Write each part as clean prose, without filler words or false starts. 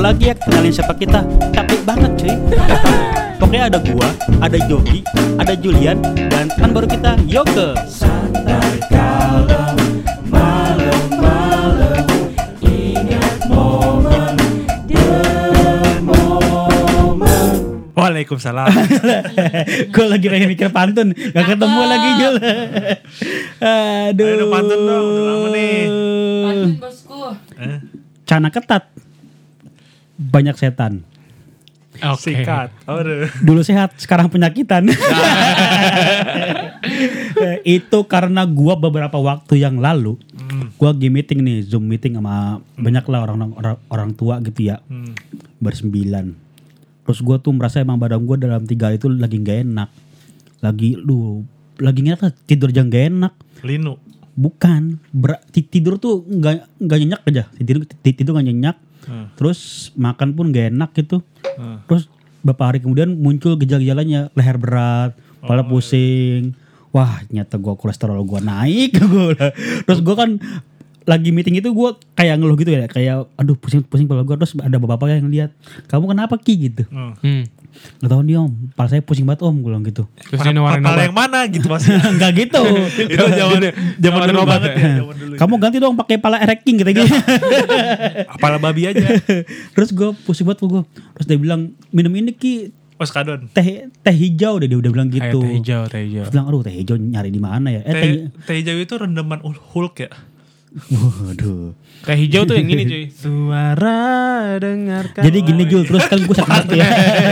lagi ya kenalin siapa kita. Capek banget cuy. Pokoknya ada gua, ada Jogi, ada Julian, dan teman baru kita Yoke. Santai kalem, malam-malam, ingat momen, the moment. Waalaikumsalam. Gue lagi pengen mikir pantun, gak ketemu lagi Jul. Aduh. Ayo dong pantun dong, udah lama nih. Pantun bosku. Cana ketat, banyak setan. Sikat. Dulu sehat, sekarang penyakitan. Itu karena gua beberapa waktu yang lalu, gua lagi meeting nih, Zoom meeting sama banyak lah orang tua gitu ya, ber-9. Terus gua tuh merasa emang badan gua dalam 3 hari itu lagi gak enak. Lagi nggak tidur aja gak enak. Linu. Bukan, tidur tuh nggak nyenyak aja, tidur nggak nyenyak. Terus makan pun gak enak gitu. Terus beberapa hari kemudian muncul gejala-gejalanya, leher berat, kepala pusing. Wah, ternyata gue kolesterol gue naik. Terus gue kan lagi meeting itu gue kayak ngeluh gitu ya, kayak aduh pusing kepala gue. Terus ada bapak-bapak yang lihat, kamu kenapa Ki gitu. Gak tau nih om, kepala saya pusing banget om, gue bilang gitu. Terus dia nawarin obat. Yang mana gitu maksudnya? Enggak gitu. Itu zaman dulu banget ya. Kamu ganti dong pakai pala ereking gitu. Pala babi aja. Terus gue pusing banget gue. Terus dia bilang minum ini Ki. Oskadon. Teh hijau deh, dia udah bilang gitu. Teh hijau. Terus bilang aduh teh hijau nyari di mana ya? Teh hijau itu rendaman Hulk ya. Waduh. Teh hijau tuh yang gini cuy. Suara dengarkan. Jadi gini Jul, terus kan gue sakit ya.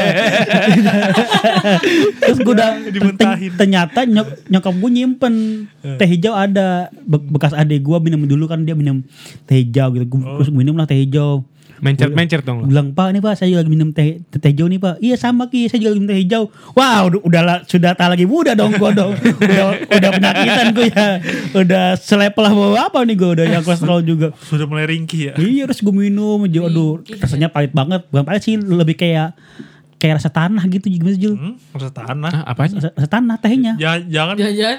Terus gue udah ternyata nyokap gue nyimpen teh hijau ada bekas adik gue minum dulu kan, dia minum teh hijau gitu. Terus minum lah teh hijau. Mencet dong. Bilang Pak, ini Pak saya lagi minum teh hijau nih Pak. Iya sama Ki, saya juga minum teh hijau. Wah sudah tak lagi muda dong gue dong. udah penyakitan gue ya. Udah selepel lah bawa apa nih gue, udah yang kolesterol juga. Sudah mulai ringkih ya. Iya, terus gue minum aja, aduh rasanya pahit banget. Bukan pahit sih, lebih kayak rasa tanah gitu gimana Jul? Rasa tanah. Apanya? Rasa tanah tehnya. Jangan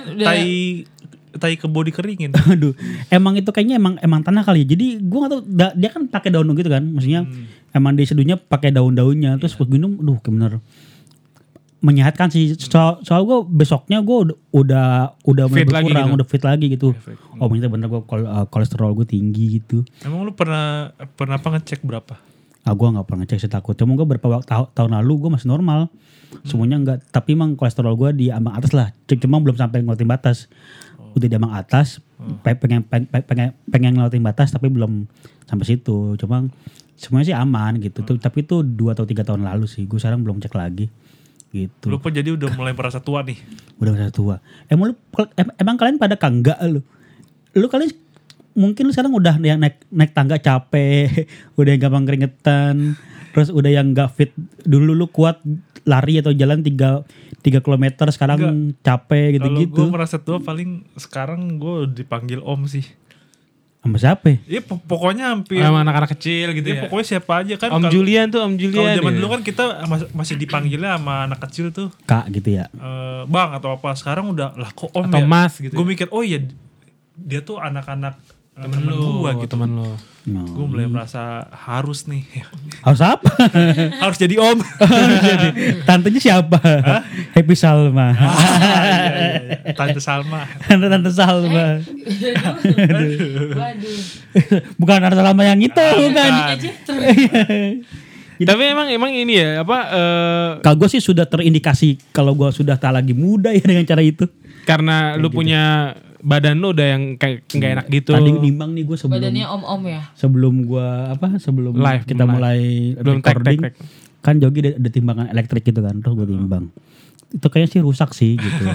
tai kebo dikeringin. Aduh, emang itu kayaknya emang tanah kali ya. Jadi gue gak tau, dia kan pakai daun gitu kan, maksudnya emang diseduhnya pakai daun-daunnya. Terus gue minum, aduh bener menyehatkan sih. Soal gue besoknya gue udah mulai berkurang, gitu. Udah fit lagi gitu. Oh ternyata bener gue kolesterol gue tinggi gitu. Emang lu pernah apa ngecek berapa? Gue gak pernah ngecek sih, takut. Cuma gue beberapa tahun lalu gue masih normal. Semuanya enggak, tapi emang kolesterol gue di ambang atas lah. Cuma belum sampai ngelewatin batas. Udah di ambang atas, pengen ngelewatin batas tapi belum sampai situ. Cuma semuanya sih aman gitu. Tapi itu 2 atau 3 tahun lalu sih. Gue sekarang belum cek lagi gitu. Lu kok jadi udah mulai merasa tua nih? Udah merasa tua. Emang kalian pada kagak lu? Lu kalian mungkin lu sekarang udah yang naik tangga capek, udah yang gampang keringetan, terus udah yang gak fit. Dulu lu kuat lari atau jalan 3 kilometer, sekarang enggak. Capek gitu-gitu. Kalau gue merasa tua paling sekarang gue dipanggil om sih. Sama siapa? Iya pokoknya hampir sama anak-anak kecil gitu ya. Pokoknya siapa aja kan. Om Julian. Kalau zaman dulu kan kita masih dipanggilnya sama anak kecil tuh Kak gitu ya. Bang atau apa. Sekarang udah lah kok om atau ya. Mas gitu. Gue mikir oh iya dia tuh anak-anak temen gue gitu. Temen lo. Gue mulai merasa harus nih. Harus apa? Harus jadi om. Tantenya siapa? Happy Salma. Iya. Tante Salma. Tante Salma. Waduh. Bukan Tante Salma yang itu, bukan. Tapi emang ini ya kalau gue sih sudah terindikasi kalau gue sudah tak lagi muda ya dengan cara itu. Karena lu gitu. Punya badan lu udah yang kayak nggak enak gitu. Tadi nimbang nih gue sebelum badannya om-om ya. Sebelum live kita mulai recording kan Jogi ada timbangan elektrik gitu kan, terus gue timbang. Itu kayaknya sih rusak sih gitu.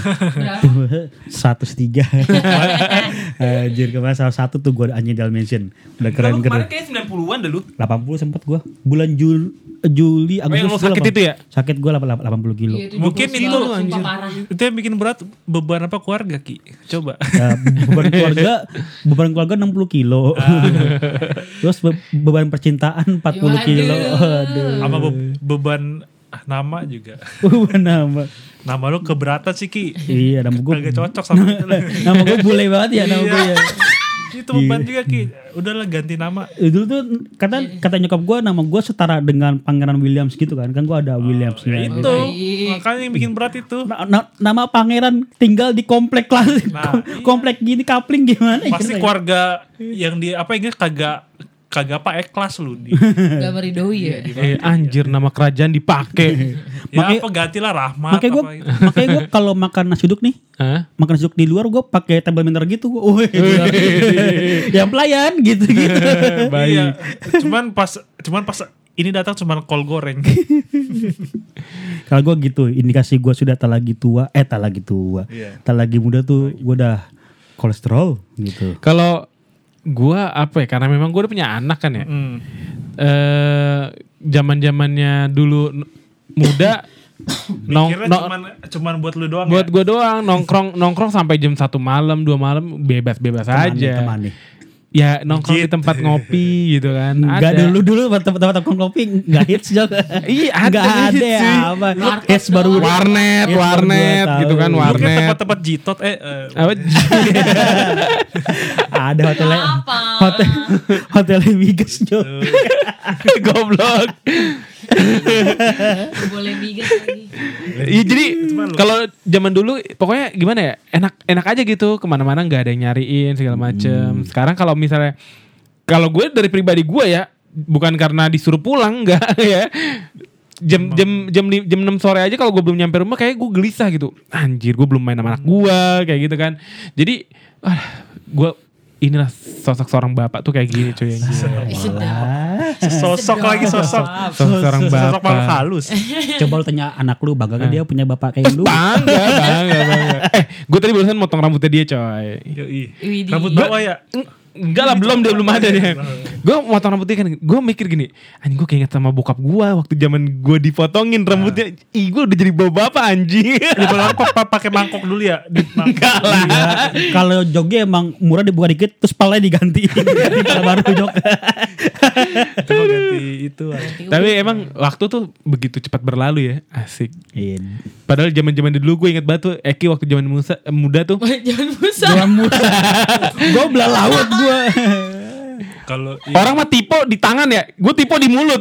103. Anjir kemarin salah satu tuh gue anjing dimension. Udah keren. Kemarin kayak 90-an dah lu. 80 sempet gue. Bulan Juli Agustus. Yang sakit itu ya? Sakit gue 80 kilo. Iya, itu mungkin itu anjir. Itu yang bikin berat beban apa keluarga Ki? Coba. Ya, beban keluarga 60 kilo. Terus beban percintaan 40 kilo. Aduh. Sama beban nama juga. Nama lu keberatan sih Ki. Iya, nama gue agak cocok sama itu. Nama gue bule banget ya nama gue ya. Itu beban juga Ki. Udahlah ganti nama. Dulu tuh kata nyokap gue nama gue setara dengan Pangeran Williams gitu kan gue ada Williams Ya itu. Baik. Makanya yang bikin berat itu. nama pangeran tinggal di komplek kelas Nah, komplek gini kapling gimana Pasti gitu. keluarga yang di apa Inggris kagak kelas lu di. Gak meridoi ya. Anjir nama kerajaan dipakai. Ya Makanya- apa gantilah Rahmat makanya gue apa gitu. makanya gue kalau makan nasi uduk nih Hah? makan nasi uduk di luar gue pakai table minter gitu woi yang pelayan gitu Baik. Iya. Cuman pas ini datang cuman kol goreng. kalau gue gitu indikasi gue sudah tak lagi tua Iya. tak lagi muda tuh gue udah kolesterol gitu. Kalau gua apa ya? Karena memang gua udah punya anak kan ya. Zaman-zamannya dulu muda Mikirnya cuman buat lu doang buat ya? gua doang nongkrong sampai jam 1 malam 2 malam bebas aja. Teman nih. Ya nongkrong di Legit. tempat ngopi gitu kan. Enggak Ada. dulu tempat kopi enggak hits juga. Iya, ada Enggak hits ada ya sih. apa. Warteg Hits baru doang. Warnet Hits baru 2 gitu kan tahun. Lu kayak warnet. tempat-tempat jitot Apa? Ada hotelnya. Apa? Hotelnya Migas Jo. Goblok. Boleh migas lagi. Iya jadi kalau zaman dulu pokoknya gimana ya enak aja gitu kemana-mana nggak ada yang nyariin segala macem. Sekarang kalau misalnya kalau gue dari pribadi gue ya bukan karena disuruh pulang nggak ya jam 6 sore aja kalau gue belum nyampe rumah kayak gue gelisah gitu. Anjir gue belum main sama anak gue kayak gitu kan. Jadi gue inilah sosok seorang bapak tuh kayak gini cuy. Sosok lagi sosok. Sosok seorang Sosok makhluk bapak. halus. Coba lu tanya anak lu bangga gak dia punya bapak kayak lu? Bangga. Gue tadi barusan motong rambutnya dia coy. Yoi. Widih. Rambut bawah ya. Enggak lah belum ada dia. Gue motong rambutnya kan, gue mikir gini, anjing gue keinget sama bokap gue waktu zaman gue dipotongin rambutnya, ih gue udah jadi bawa bapak anjing. Di belakang pakai mangkok dulu ya. Enggak lah. Iya, kalau jognya emang murah dibuka dikit terus palanya diganti. Pala baru jog. Itu mah ganti itu. Tapi emang waktu tuh begitu cepat berlalu ya, asik. Iya. Padahal zaman dulu gue inget banget tuh, Eki waktu zaman muda tuh, Jangan busa. Gue belah laut gue. Kalau orang mah tipe di tangan ya, gue tipe di mulut.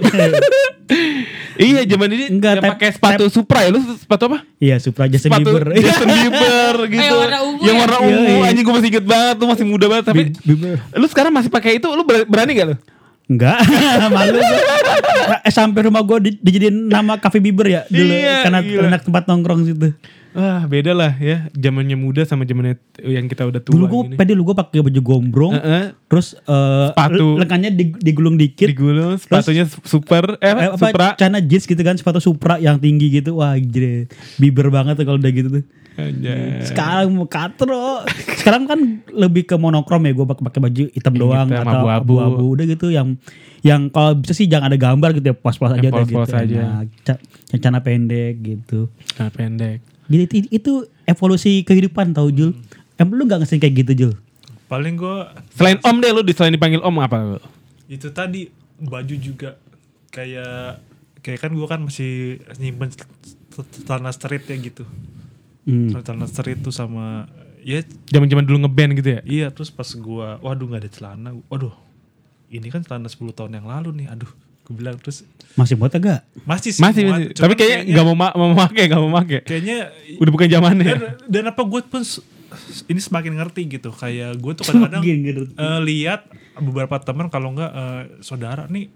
Iya zaman ini Enggak, nggak pakai sepatu Supra ya, lu sepatu apa? Iya Supra Justin Sepatu Bieber. Justin Bieber gitu. Yang warna ungu Yang ya? warna Iya, ungu, iya. anjing gue masih inget banget, lu masih muda banget. Tapi Bieber. lu sekarang masih pakai itu, lu berani gak lu? Enggak, malu gua. Sampai rumah gue dijadiin nama Cafe Bieber ya dulu Iya, karena gila. enak tempat nongkrong situ. Wah beda lah ya, zamannya muda sama zamannya yang kita udah tua. Dulu gue gini. pede dulu gue pakai baju gombrong, terus Sepatu. lengannya digulung dikit. digulung, sepatunya super, Supra. Celana jeans gitu kan, sepatu Supra yang tinggi gitu. Wah gila, Bieber banget tuh kalau udah gitu tuh. Anjay. Sekarang mau katro. Sekarang kan lebih ke monokrom ya, gue pakai baju hitam doang Hitam, atau abu-abu. abu-abu udah gitu yang kalau bisa sih jangan ada gambar gitu ya, pos-pos aja Yang udah polos-polos gitu. aja. Nah, celana pendek gitu. Nah, pendek. Gitu itu evolusi kehidupan tau Jul. Lu gak ngesin kayak gitu Jul? paling gue Selain om deh, lu selain dipanggil om apa lu? itu tadi baju juga kayak kan gue kan masih nyimpen celana street ya gitu. Celana street tuh sama ya Zaman-zaman dulu ngeband gitu ya? iya terus pas gue waduh nggak ada celana, waduh ini kan celana 10 tahun yang lalu nih, aduh gue bilang terus Masih buat agak? masih sih Masih. muat, Tapi cuman kayaknya nggak mau pakai. kayaknya Udah bukan zamannya. dan apa gue pun ini semakin ngerti gitu, kayak gue tuh kadang-kadang Semakin ngerti. lihat beberapa teman kalau nggak saudara nih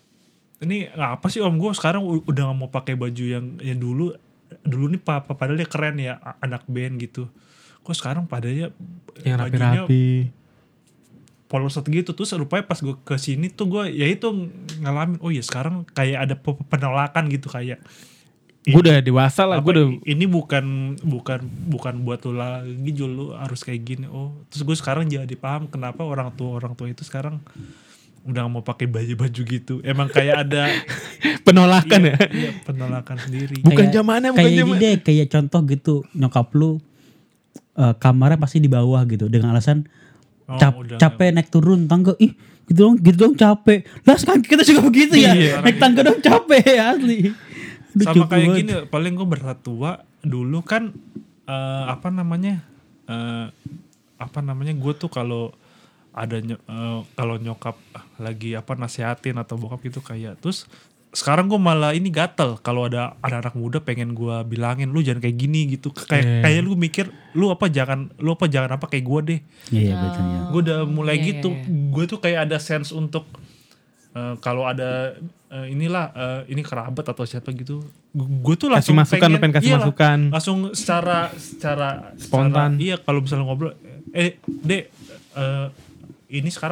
ini apa sih om gue sekarang udah nggak mau pakai baju yang dulu nih padahal dia keren ya anak band gitu, kok sekarang padanya Yang bajunya rapi-rapi. poloset gitu. Terus rupanya pas gue kesini tuh gue ya itu ngalamin oh ya sekarang kayak ada penolakan gitu, kayak Gue udah dewasa lah, gue apa, udah ini bukan buat lu lagi Jul, lu harus kayak gini. Oh terus gue sekarang jadi paham kenapa orang tua itu sekarang udah gak mau pakai baju gitu, emang kayak ada penolakan ya. iya, penolakan sendiri. Bukan zamannya, bukan kayak ini zaman. deh, kayak contoh gitu nyokap lu kamarnya pasti di bawah gitu dengan alasan Oh, udah capek naik turun tangga, ih gitu dong capek lah. Sekarang kita juga begitu ya, Iya. naik tangga dong capek asli. Aduh, sama cukup kayak banget. gini paling gue berat tua dulu kan apa namanya gue tuh kalau kalau nyokap lagi nasehatin atau bokap gitu kayak, terus sekarang gue malah ini gatel kalau ada anak muda pengen gue bilangin lu jangan kayak gini gitu, kayak lu mikir lu jangan kayak gue deh. Iya betul ya. Gue udah mulai Iya, gitu. iya, iya. Gue tuh kayak ada sense untuk kalau ada ini kerabat atau siapa gitu, gue tuh Kasih langsung masukan, lu pengen kasih iyalah, masukan. langsung secara Spontan. iya, kalau misalnya ngobrol, Dek, ini sekarang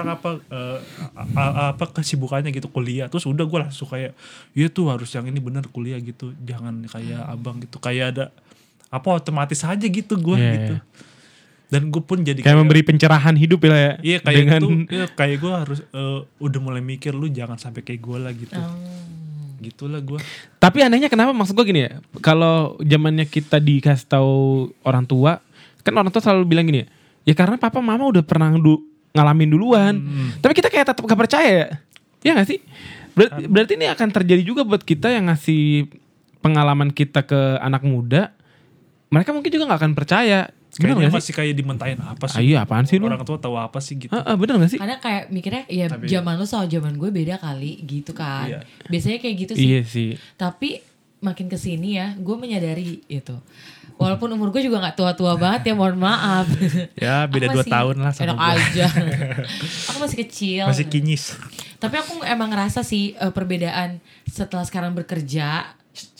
apa kesibukannya gitu, kuliah. Terus udah gue langsung kayak, iya tuh harus yang ini bener kuliah gitu, jangan kayak abang gitu, kayak ada otomatis aja gitu gue Yeah. gitu. Dan gue pun jadi Kayak memberi pencerahan hidup ya. iya kayak dengan kayak gue harus udah mulai mikir lu jangan sampai kayak gue lah gitu. Gitulah gue. Tapi anehnya kenapa, maksud gue gini ya, kalau zamannya kita dikasih tahu orang tua, kan orang tua selalu bilang gini ya karena papa mama udah pernah ngalamin duluan. Tapi kita kayak tetap gak percaya ya. Iya gak sih? Berarti ini akan terjadi juga buat kita yang ngasih pengalaman kita ke anak muda. Mereka mungkin juga gak akan percaya. Bener Kayaknya gak sih? masih kayak dimentahin apa sih? Iya apaan sih lu? Orang tua tahu apa sih gitu. Bener gak sih? Karena kayak mikirnya ya Tapi- zaman lu sama zaman gue beda kali gitu kan. Iya. Biasanya kayak gitu sih. Iya sih. Tapi makin kesini ya gue menyadari itu. Walaupun umur gue juga gak tua-tua banget ya, mohon maaf. Ya beda Aku 2 masih tahun lah sama enak gue. aja. Aku masih kecil. Masih kinyis. Tapi aku emang ngerasa sih perbedaan setelah sekarang bekerja.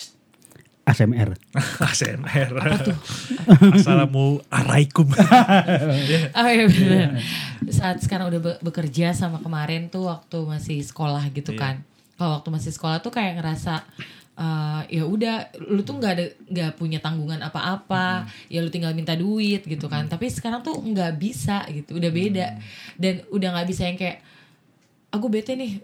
ASMR. ASMR. Assalamualaikum. Oh iya bener. Saat sekarang udah bekerja sama kemarin tuh waktu masih sekolah gitu Iya. kan. Kalau waktu masih sekolah tuh kayak ngerasa ya udah lu tuh nggak punya tanggungan apa-apa, ya lu tinggal minta duit gitu kan. Tapi sekarang tuh nggak bisa gitu, udah beda. Dan udah nggak bisa yang kayak aku bete nih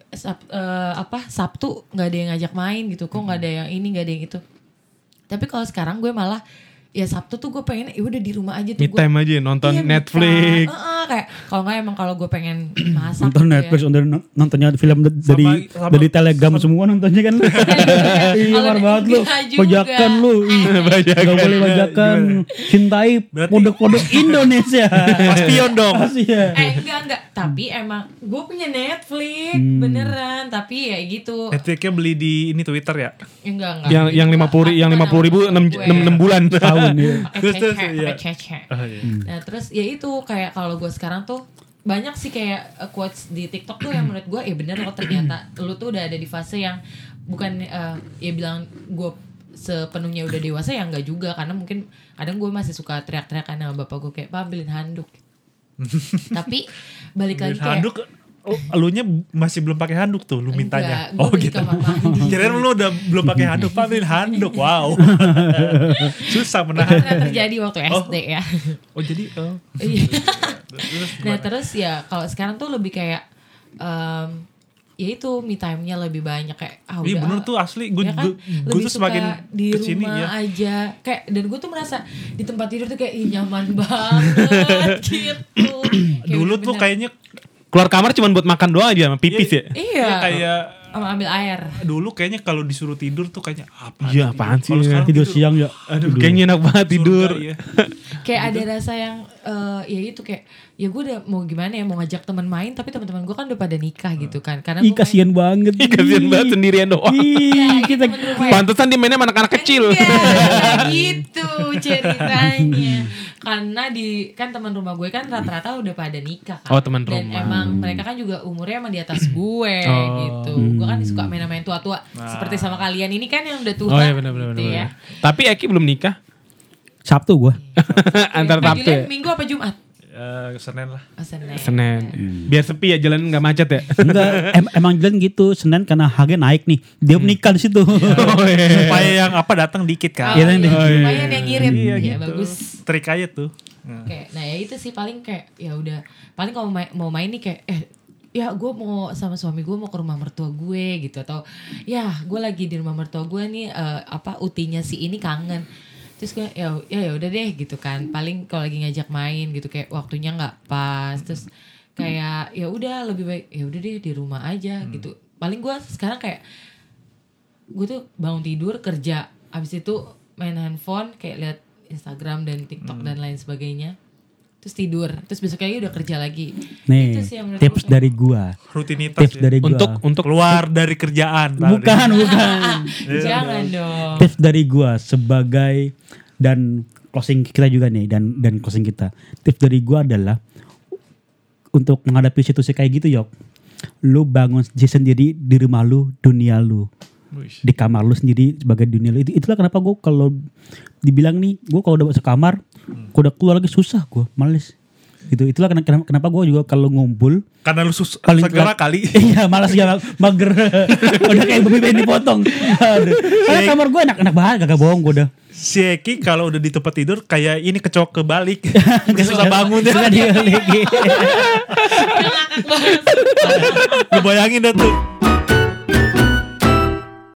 Sabtu nggak ada yang ngajak main gitu, kok nggak ada yang ini nggak ada yang itu. Tapi kalau sekarang gue malah ya Sabtu tuh gue pengen ya udah di rumah aja tuh Me time aja nonton Iya, me Netflix. time. Kayak kalau nggak emang kalau gue pengen masak Nonton gitu ya. Netflix, nontonnya film dari Sama- Telegram semua nontonnya kan lu. Iya Kalau war banget lu. enggak juga. Bajakan lu. Gak boleh bajakan. Cintai Berarti- produk-produk Indonesia. Paspion dong. Pasti ya. Enggak. Tapi emang gue punya Netflix beneran. Tapi ya gitu. Netflixnya beli di ini Twitter ya. Enggak. Yang 50 ribu 6 bulan. Tahun ya. Terus, Pakai iya. cece. Oh, iya. Nah terus ya itu kayak kalau gue sekarang tuh banyak sih kayak quotes di TikTok tuh yang menurut gue ya bener loh, ternyata lu tuh udah ada di fase yang bukan ya bilang gue sepenuhnya udah dewasa ya enggak juga, karena mungkin kadang gue masih suka teriak-teriakan sama bapak gue kayak Pak ambilin handuk. Tapi balik lagi kayak Handuk, elunya masih belum pakai handuk tuh, lu mintanya. Enggak, gua di kamar mandi. Kirain lu udah belum pakai handuk, Pak ambilin handuk. Wow. Susah itu menahan. pernah terjadi waktu SD ya. Oh jadi Iya. terus Nah terus ya kalau sekarang tuh lebih kayak ya itu me time-nya lebih banyak kayak iya udah, bener tuh asli gue ya kan? gue Lebih tuh semakin suka di kesini rumah ya. aja kayak, dan gue tuh merasa di tempat tidur tuh kayak ih, nyaman banget gitu. Kayak Dulu tuh bener-bener, kayaknya Keluar kamar cuma buat makan doang aja sama pipis ya. iya kayak sama ambil air. dulu kayaknya kalau disuruh tidur tuh kayaknya apa? Iya, apaan sih? Kalau sekarang Tidur siang ya. Aduh, kayaknya enak banget tidur. surga, iya. Kayak ada rasa yang ya itu kayak ya gue udah mau gimana ya, mau ngajak teman main tapi teman-teman gue kan udah pada nikah gitu kan, karena Ih gue kasihan banget. Ih, kasihan banget sendirian doang. Ih, kita Pantesan dia mainnya sama anak-anak kecil. Iya, gitu ceritanya. Karena kan teman rumah gue kan rata-rata udah pada nikah kan. Oh, teman Dan rumah. emang mereka kan juga umurnya emang di atas gue gitu. Gue kan suka main-main tua-tua seperti sama kalian ini kan yang udah tua. Oh iya benar-benar. gitu ya. Tapi Eki belum nikah. Sabtu gua. Antar Nah, Sabtu Julian ya? Minggu apa Jumat? Senin lah. Oh, Senin. Senin. Biar sepi ya, jalan nggak macet ya. Enggak, emang jalan gitu. Senin karena harga naik nih. Dia menikah di situ. Oh, iya. Supaya yang dikit dikit kan. Iya, iya. Lumayan yang ngirim. Iya Ya gitu. bagus. Trik aja tuh. Nah. Kayak, nah ya itu sih paling kayak ya udah paling kalau mau main nih kayak ya gue mau sama suami gue mau ke rumah mertua gue gitu, atau ya gue lagi di rumah mertua gue nih utinya si ini kangen, terus gue ya udah deh gitu kan, paling kalau lagi ngajak main gitu kayak waktunya nggak pas, terus kayak ya udah lebih baik ya udah deh di rumah aja gitu. Paling gue sekarang kayak gue tuh bangun tidur kerja, abis itu main handphone kayak lihat Instagram dan TikTok dan lain sebagainya. terus tidur, terus besoknya udah kerja lagi. Nih, Itu sih yang menurut tips gue. dari gua. Rutinitas Tips ya. dari gua. Untuk Keluar dari kerjaan. Bukan. Jangan dong. Tips dari gua sebagai dan closing kita juga nih dan closing kita. Tips dari gua adalah untuk menghadapi situasi kayak gitu, Yok. Lu bangun sendiri di rumah lu, dunia lu. Wih. Di kamar lu sendiri sebagai dunia lu. Itulah kenapa gua kalau dibilang nih, gua kalau udah masuk kamar, gua udah keluar lagi susah gua, males. Gitu. Itulah kenapa gua juga kalau ngumpul Karena lu paling segera kali. Iya, malas ya, mager. Udah kayak baby Ben dipotong. Aduh. Karena kamar gue enak banget, kagak bohong gue udah. Si Eki kalau udah di tempat tidur kayak ini kecoak kebalik. Susah bangun ya. Susah dibalik. Ngakak banget. Lu bayangin dah tuh.